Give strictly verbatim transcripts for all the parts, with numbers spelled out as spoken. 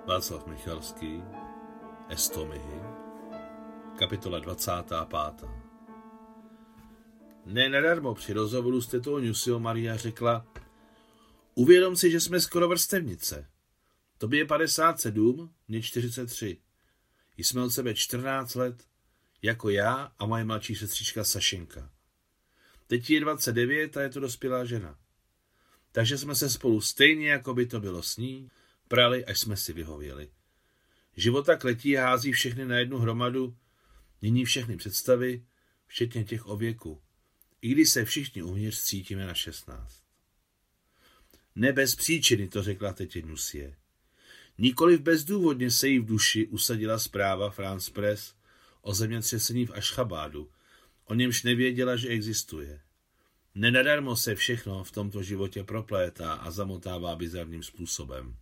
Václav Michalský, Estomihy, kapitola dvacátá pátá. Ne nadarmo při rozhovoru s tetou Nusio Maria řekla: uvědom si, že jsme skoro vrstevnice. Tobě je padesát sedm, mně čtyřicet tři. Jsme od sebe čtrnáct let, jako já a moje mladší sestřička Sašenka. Teď je dvacet devět a je to dospělá žena. Takže jsme se spolu stejně, jako by to bylo s ní, prali, až jsme si vyhověli. Život tak letí a hází všechny na jednu hromadu, mění všechny představy, včetně těch o věku, i když se všichni uvnitř cítíme na šestnáct. Ne bez příčiny, to řekla tetě Nusie. Nikoliv bezdůvodně se jí v duši usadila zpráva France Press o zemětřesení v Ašchabádu, o němž nevěděla, že existuje. Nenadarmo se všechno v tomto životě proplétá a zamotává bizarním způsobem.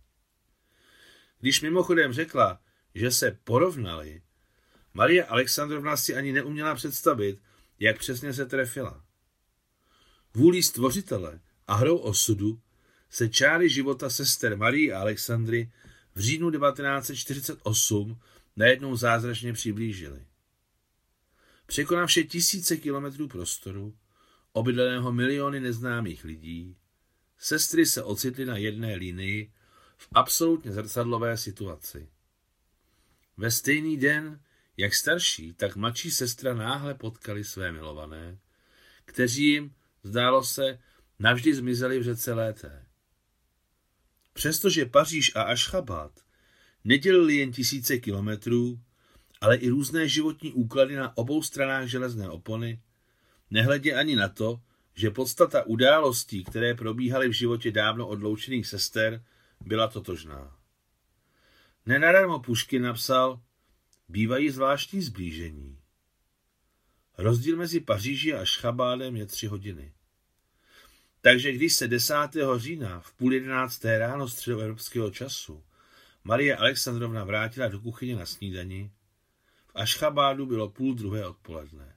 Když mimochodem řekla, že se porovnali, Maria Alexandrovna si ani neuměla představit, jak přesně se trefila. Vůlí stvořitele a hrou osudu se čáry života sester Marie a Alexandry v říjnu devatenáct set čtyřicet osm najednou zázračně přiblížily. Překonavši tisíce kilometrů prostoru, obydleného miliony neznámých lidí, sestry se ocitly na jedné linii v absolutně zrcadlové situaci. Ve stejný den, jak starší, tak mladší sestra náhle potkali své milované, kteří jim, zdálo se, navždy zmizeli v řece Lété. Přestože Paříž a Ašchabád nedělili jen tisíce kilometrů, ale i různé životní úklady na obou stranách železné opony, nehledě ani na to, že podstata událostí, které probíhaly v životě dávno odloučených sester, byla totožná. Nenadarmo Puškin napsal: bývají zvláštní zblížení. Rozdíl mezi Paříží a Ašchabádem je tři hodiny. Takže když se desátého října v půl jedenácté ráno středoevropského času Marie Alexandrovna vrátila do kuchyně na snídani, v Ašchabádu bylo půl druhé odpoledne.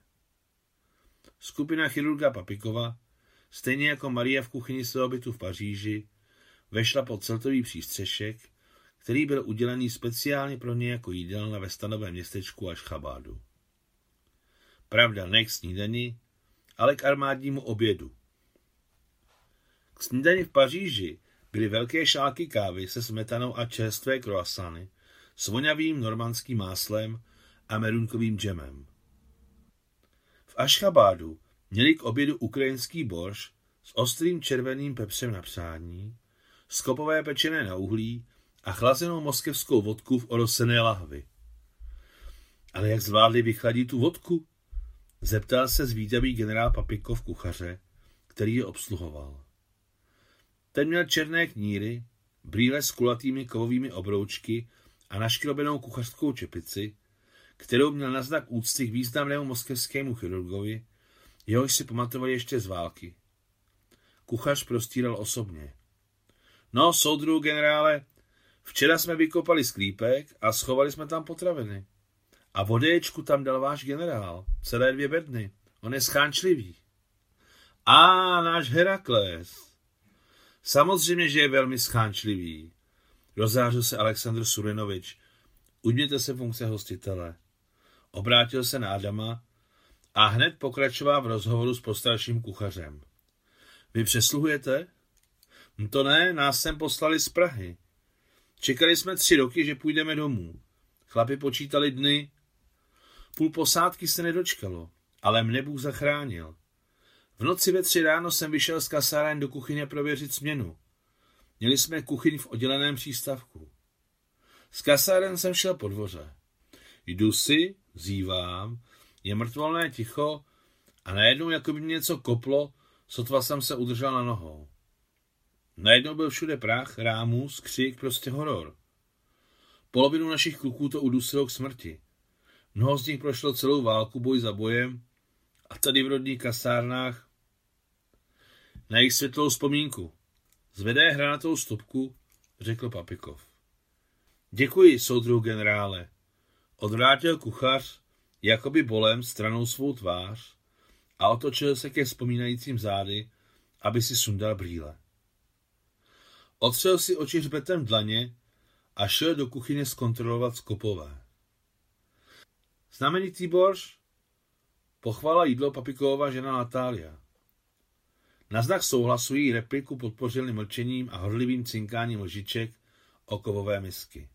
Skupina chirurga Papikova, stejně jako Maria v kuchyni svého bytu v Paříži, vešla pod celtový přístřešek, který byl udělený speciálně pro ně jako jídelna ve stanovém městečku Ašchabádu. Pravda, ne k snídani, ale k armádnímu obědu. K snídani v Paříži byly velké šálky kávy se smetanou a čerstvé croissany s voňavým normandským máslem a merunkovým džemem. V Ašchabádu měli k obědu ukrajinský borš s ostrým červeným pepřem na přání, skopové pečené na uhlí a chlazenou moskevskou vodku v orosené lahvi. Ale jak zvládli vychladit tu vodku? Zeptal se zvídavý generál Papikov kuchaře, který je obsluhoval. Ten měl černé kníry, brýle s kulatými kovovými obroučky a naškrobenou kuchařskou čepici, kterou měl na znak úcty k významnému moskevskému chirurgovi, jehož si pamatovali ještě z války. Kuchař prostíral osobně. No, soudruhu generále, včera jsme vykopali sklípek a schovali jsme tam potraviny. A vodečku tam dal váš generál, celé dvě bedny. On je schánčlivý. A náš Herakles. Samozřejmě, že je velmi schánčlivý. Rozářil se Aleksandr Surinovič. Ujměte se funkce hostitele. Obrátil se na Adama a hned pokračoval v rozhovoru s postarším kuchařem. Vy přesluhujete? No to ne, nás sem poslali z Prahy. Čekali jsme tři roky, že půjdeme domů. Chlapi počítali dny. Půl posádky se nedočkalo, ale mne Bůh zachránil. V noci ve tři ráno jsem vyšel z kasáren do kuchyně prověřit směnu. Měli jsme kuchyň v odděleném přístavku. Z kasáren jsem šel po dvoře. Jdu si, zívám, je mrtvolné ticho a najednou jako by mě něco koplo, sotva jsem se udržel na nohou. Najednou byl všude prach, rámus, křik, prostě horor. Polovinu našich kluků to udusilo k smrti. Mnoho z nich prošlo celou válku boj za bojem a tady v rodných kasárnách na jejich světlou vzpomínku. Zvedé hranatou stopku, řekl Papikov. Děkuji, soudruhu generále. Odvrátil kuchař, jakoby bolem, stranou svou tvář a otočil se ke vzpomínajícím zády, aby si sundal brýle. Otřel si oči hřbetem dlaně a šel do kuchyně zkontrolovat Skopové. Znamenitý borš, pochvala jídlo Papikovova žena Natália. Na znak souhlasu jí repliku podpořili mlčením a horlivým cinkáním lžiček o kovové misky.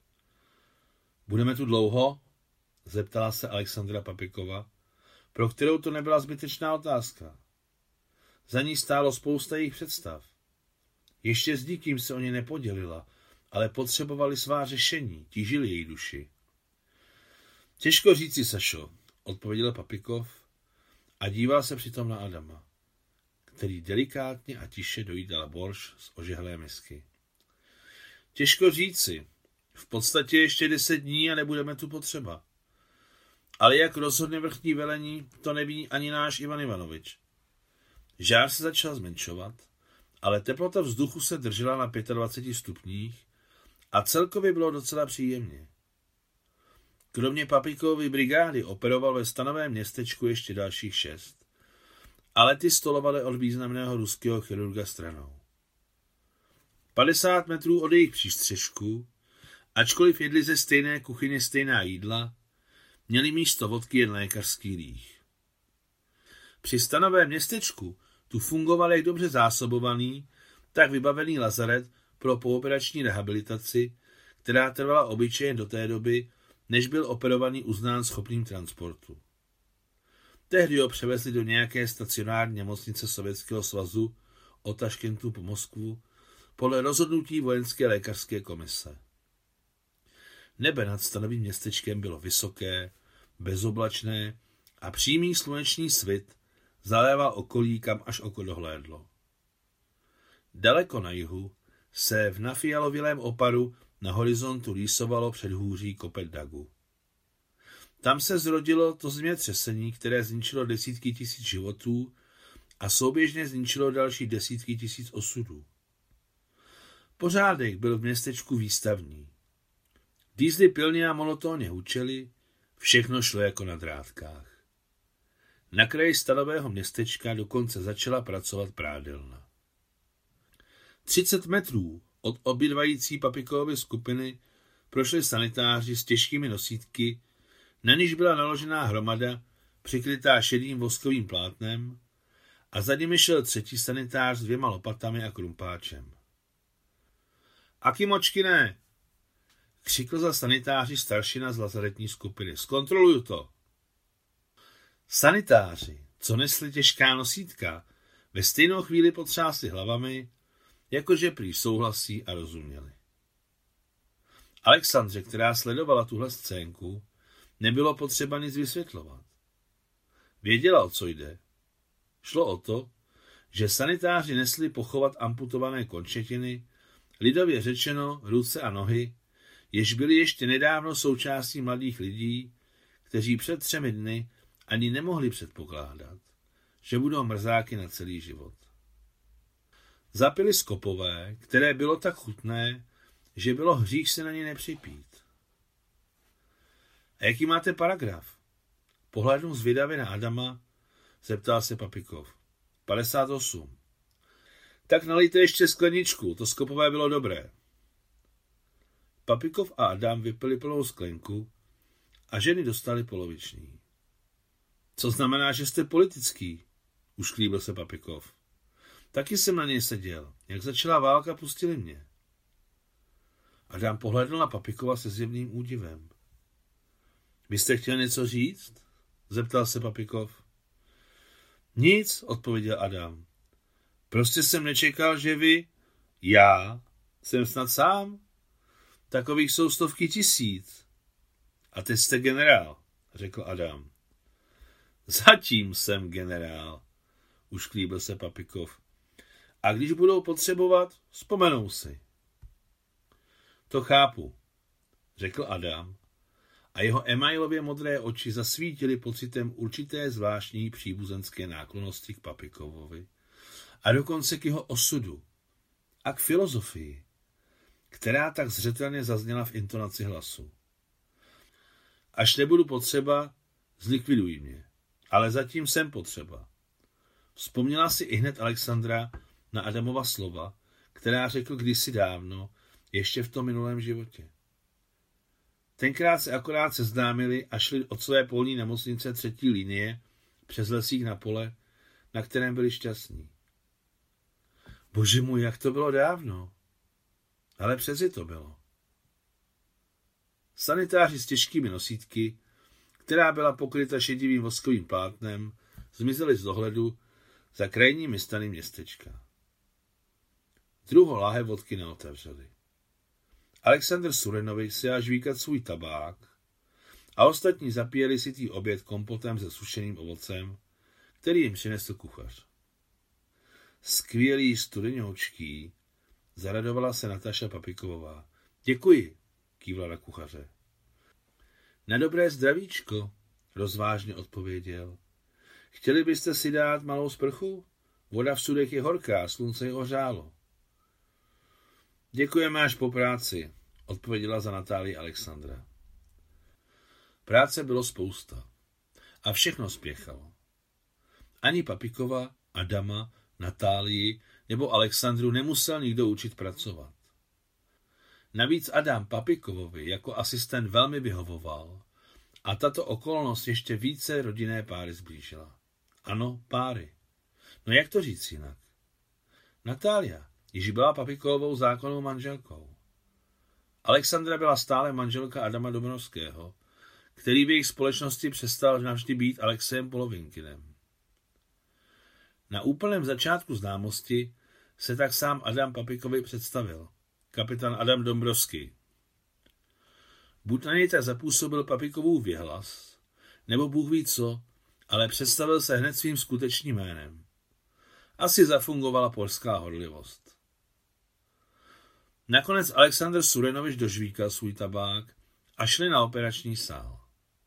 Budeme tu dlouho? Zeptala se Alexandra Papikova, pro kterou to nebyla zbytečná otázka. Za ní stálo spousta jejich představ. Ještě s nikým se o ně nepodělila, ale potřebovali svá řešení, tížili její duši. Těžko říci, Sašo, odpověděl Papikov a díval se přitom na Adama, který delikátně a tiše dojídal borš z ožehlé misky. Těžko říci, v podstatě ještě deset dní a nebudeme tu potřeba. Ale jak rozhodne vrchní velení, to neví ani náš Ivan Ivanovič. Žár se začal zmenšovat, ale teplota vzduchu se držela na dvaceti pěti stupních a celkově bylo docela příjemně. Kromě Papikovy brigády operoval ve stanovém městečku ještě dalších šest, ale ty stolovaly od významného ruského chirurga stranou. padesát metrů od jejich přístřežku, ačkoliv jedli ze stejné kuchyně stejná jídla, měli místo vodky jen lékařský líh. Při stanovém městečku tu fungoval jak dobře zásobovaný, tak vybavený lazaret pro pooperační rehabilitaci, která trvala obyčejně do té doby, než byl operovaný uznán schopným transportu. Tehdy ho převezli do nějaké stacionární nemocnice Sovětského svazu od Taškentu po Moskvu podle rozhodnutí vojenské lékařské komise. Nebe nad stanovým městečkem bylo vysoké, bezoblačné a přímý sluneční svit zaléval okolí, kam až oko dohlédlo. Daleko na jihu se v nafialovilém oparu na horizontu rýsovalo předhůří kopec Dagu. Tam se zrodilo to zemětřesení, které zničilo desítky tisíc životů a souběžně zničilo další desítky tisíc osudů. Pořádek byl v městečku výstavní. Dýzly pilně a monotónně hučely, všechno šlo jako na drátkách. Na kraji stanového městečka dokonce začala pracovat prádelna. Třicet metrů od obydvající Papikovovy skupiny prošli sanitáři s těžkými nosítky, na níž byla naložená hromada, přikrytá šedým voskovým plátnem, a za nimi šel třetí sanitář s dvěma lopatami a krumpáčem. Aky močky ne, křikl za sanitáři staršina z lazaretní skupiny. Zkontroluju to. Sanitáři, co nesli těžká nosítka, ve stejnou chvíli potřásli hlavami, jakože prý souhlasí a rozuměli. Alexandře, která sledovala tuhle scénku, nebylo potřeba nic vysvětlovat. Věděla, o co jde. Šlo o to, že sanitáři nesli pochovat amputované končetiny, lidově řečeno ruce a nohy, jež byly ještě nedávno součástí mladých lidí, kteří před třemi dny ani nemohli předpokládat, že budou mrzáky na celý život. Zapili Skopové, které bylo tak chutné, že bylo hřích se na ně nepřipít. A jaký máte paragraf? Pohlédnu zvědavě na Adama, zeptal se Papikov. padesát osm. Tak nalijte ještě skleničku, to Skopové bylo dobré. Papikov a Adam vypili plnou sklenku a ženy dostali poloviční. Co znamená, že jste politický? Ušklíbil se Papikov. Taky jsem na něj seděl. Jak začala válka, pustili mě. Adam pohlédl na Papikova se zjevným údivem. Vy jste chtěl něco říct? Zeptal se Papikov. Nic, odpověděl Adam. Prostě jsem nečekal, že vy, já, jsem snad sám. Takových jsou stovky tisíc. A teď jste generál, řekl Adam. Zatím jsem generál, ušklíbil se Papikov. A když budou potřebovat, vzpomenou si. To chápu, řekl Adam. A jeho emailově modré oči zasvítily pocitem určité zvláštní příbuzenské náklonnosti k Papikovovi a dokonce k jeho osudu a k filozofii, která tak zřetelně zazněla v intonaci hlasu. Až nebudu potřeba, zlikviduj mě, ale zatím jsem potřeba. Vzpomněla si ihned Alexandra na Adamova slova, která řekl kdysi dávno, ještě v tom minulém životě. Tenkrát se akorát seznámili a šli od své polní nemocnice třetí linie přes lesík na pole, na kterém byli šťastní. Bože můj, jak to bylo dávno. Ale přeci to bylo. Sanitáři s těžkými nosítky, která byla pokryta šedivým voskovým plátnem, zmizeli z dohledu za krajními stany městečka. Druho láhev vodky neotevřeli. Alexandr Surenovič si až žvíkat svůj tabák a ostatní zapíjeli si tý oběd kompotem se sušeným ovocem, který jim přinesl kuchař. Skvělý studeňoučký, zaradovala se Nataša Papikovová. Děkuji, kývla na kuchaře. Na dobré zdravíčko, rozvážně odpověděl. Chtěli byste si dát malou sprchu? Voda v sudech je horká, slunce je ohřálo. Děkujeme až po práci, odpověděla za Natálii Alexandra. Práce bylo spousta a všechno spěchalo. Ani Papikova, Adama, Natálii nebo Alexandru nemusel nikdo učit pracovat. Navíc Adam Papikovovi jako asistent velmi vyhovoval a tato okolnost ještě více rodinné páry zblížila. Ano, páry. No jak to říct jinak? Natália již byla Papikovou zákonnou manželkou. Alexandra byla stále manželka Adama Dobrovského, který v jejich společnosti přestal navždy být Alexejem Polovinkinem. Na úplném začátku známosti se tak sám Adam Papikovi představil. Kapitán Adam Dombrovský. Buď na něj tak zapůsobil Papikovův věhlas, nebo Bůh ví co, ale představil se hned svým skutečným jménem. Asi zafungovala polská horlivost. Nakonec Alexandr Surenovič dožvíkal svůj tabák a šli na operační sál.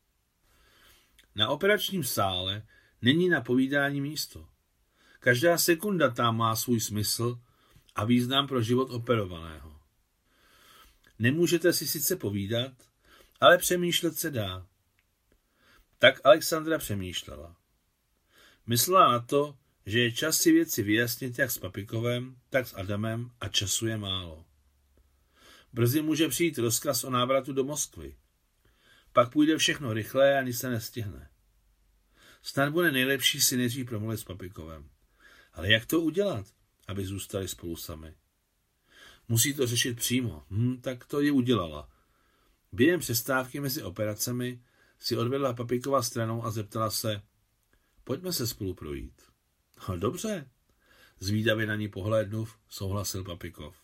Na operačním sále není na povídání místo. Každá sekunda tam má svůj smysl a význam pro život operovaného. Nemůžete si sice povídat, ale přemýšlet se dá. Tak Alexandra přemýšlela. Myslela na to, že je čas si věci vyjasnit jak s Papikovem, tak s Adamem a času je málo. Brzy může přijít rozkaz o návratu do Moskvy. Pak půjde všechno rychle a nic se nestihne. Snad bude nejlepší si nejdřív promluvit s Papikovem. Ale jak to udělat, aby zůstali spolu sami? Musí to řešit přímo. Hm, tak to ji udělala. Během přestávky mezi operacemi si odvedla Papikova stranou a zeptala se, pojďme se spolu projít. No, dobře, zvídavě na ní pohlédnuv, souhlasil Papikov.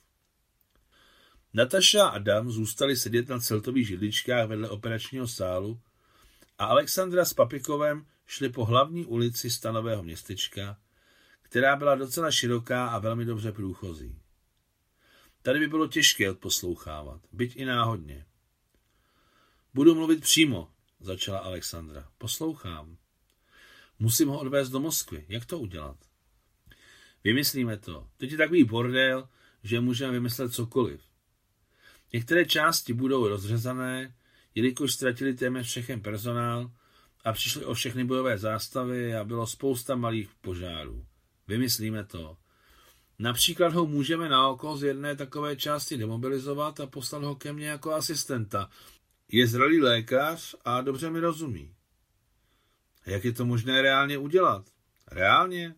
Nataša a Adam zůstali sedět na celtových židličkách vedle operačního sálu a Alexandra s Papikovem šli po hlavní ulici stanového městečka, která byla docela široká a velmi dobře průchozí. Tady by bylo těžké odposlouchávat, byť i náhodně. Budu mluvit přímo, začala Alexandra. Poslouchám. Musím ho odvést do Moskvy. Jak to udělat? Vymyslíme to. Teď je takový bordel, že můžeme vymyslet cokoliv. Některé části budou rozřezané, jelikož ztratili téměř všechen personál a přišli o všechny bojové zástavy a bylo spousta malých požárů. Vymyslíme to. Například ho můžeme na oko z jedné takové části demobilizovat a poslat ho ke mně jako asistenta. Je zralý lékař a dobře mi rozumí. A jak je to možné reálně udělat? Reálně?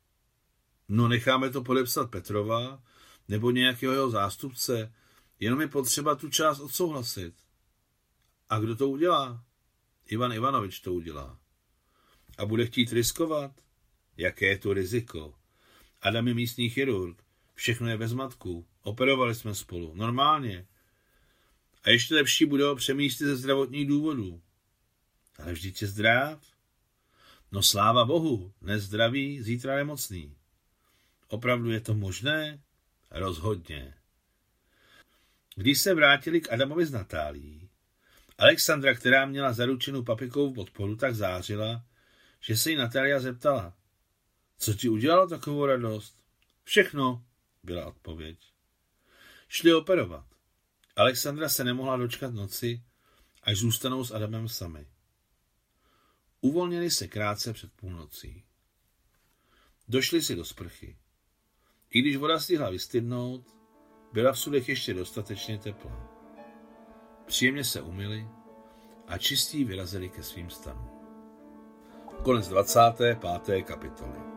No necháme to podepsat Petrova nebo nějakého jeho zástupce, jenom je potřeba tu část odsouhlasit. A kdo to udělá? Ivan Ivanovič to udělá. A bude chtít riskovat? Jaké je to riziko? Adam je místní chirurg. Všechno je bez matků. Operovali jsme spolu. Normálně. A ještě lepší bude ho přemístit ze zdravotních důvodů. Ale vždyť je zdrav. No sláva Bohu. Dnes zdravý, zítra nemocný. Opravdu je to možné? Rozhodně. Když se vrátili k Adamovi s Natálií, Alexandra, která měla zaručenou Papikovou podporu, tak zářila, že se jí Natália zeptala. Co ti udělalo takovou radost? Všechno, byla odpověď. Šli operovat. Alexandra se nemohla dočkat noci, až zůstanou s Adamem sami. Uvolnili se krátce před půlnocí. Došli si do sprchy. I když voda stihla vystydnout, byla v sudech ještě dostatečně teplá. Příjemně se umyli a čistí vyrazili ke svým stanům. Konec dvacáté páté kapitoly.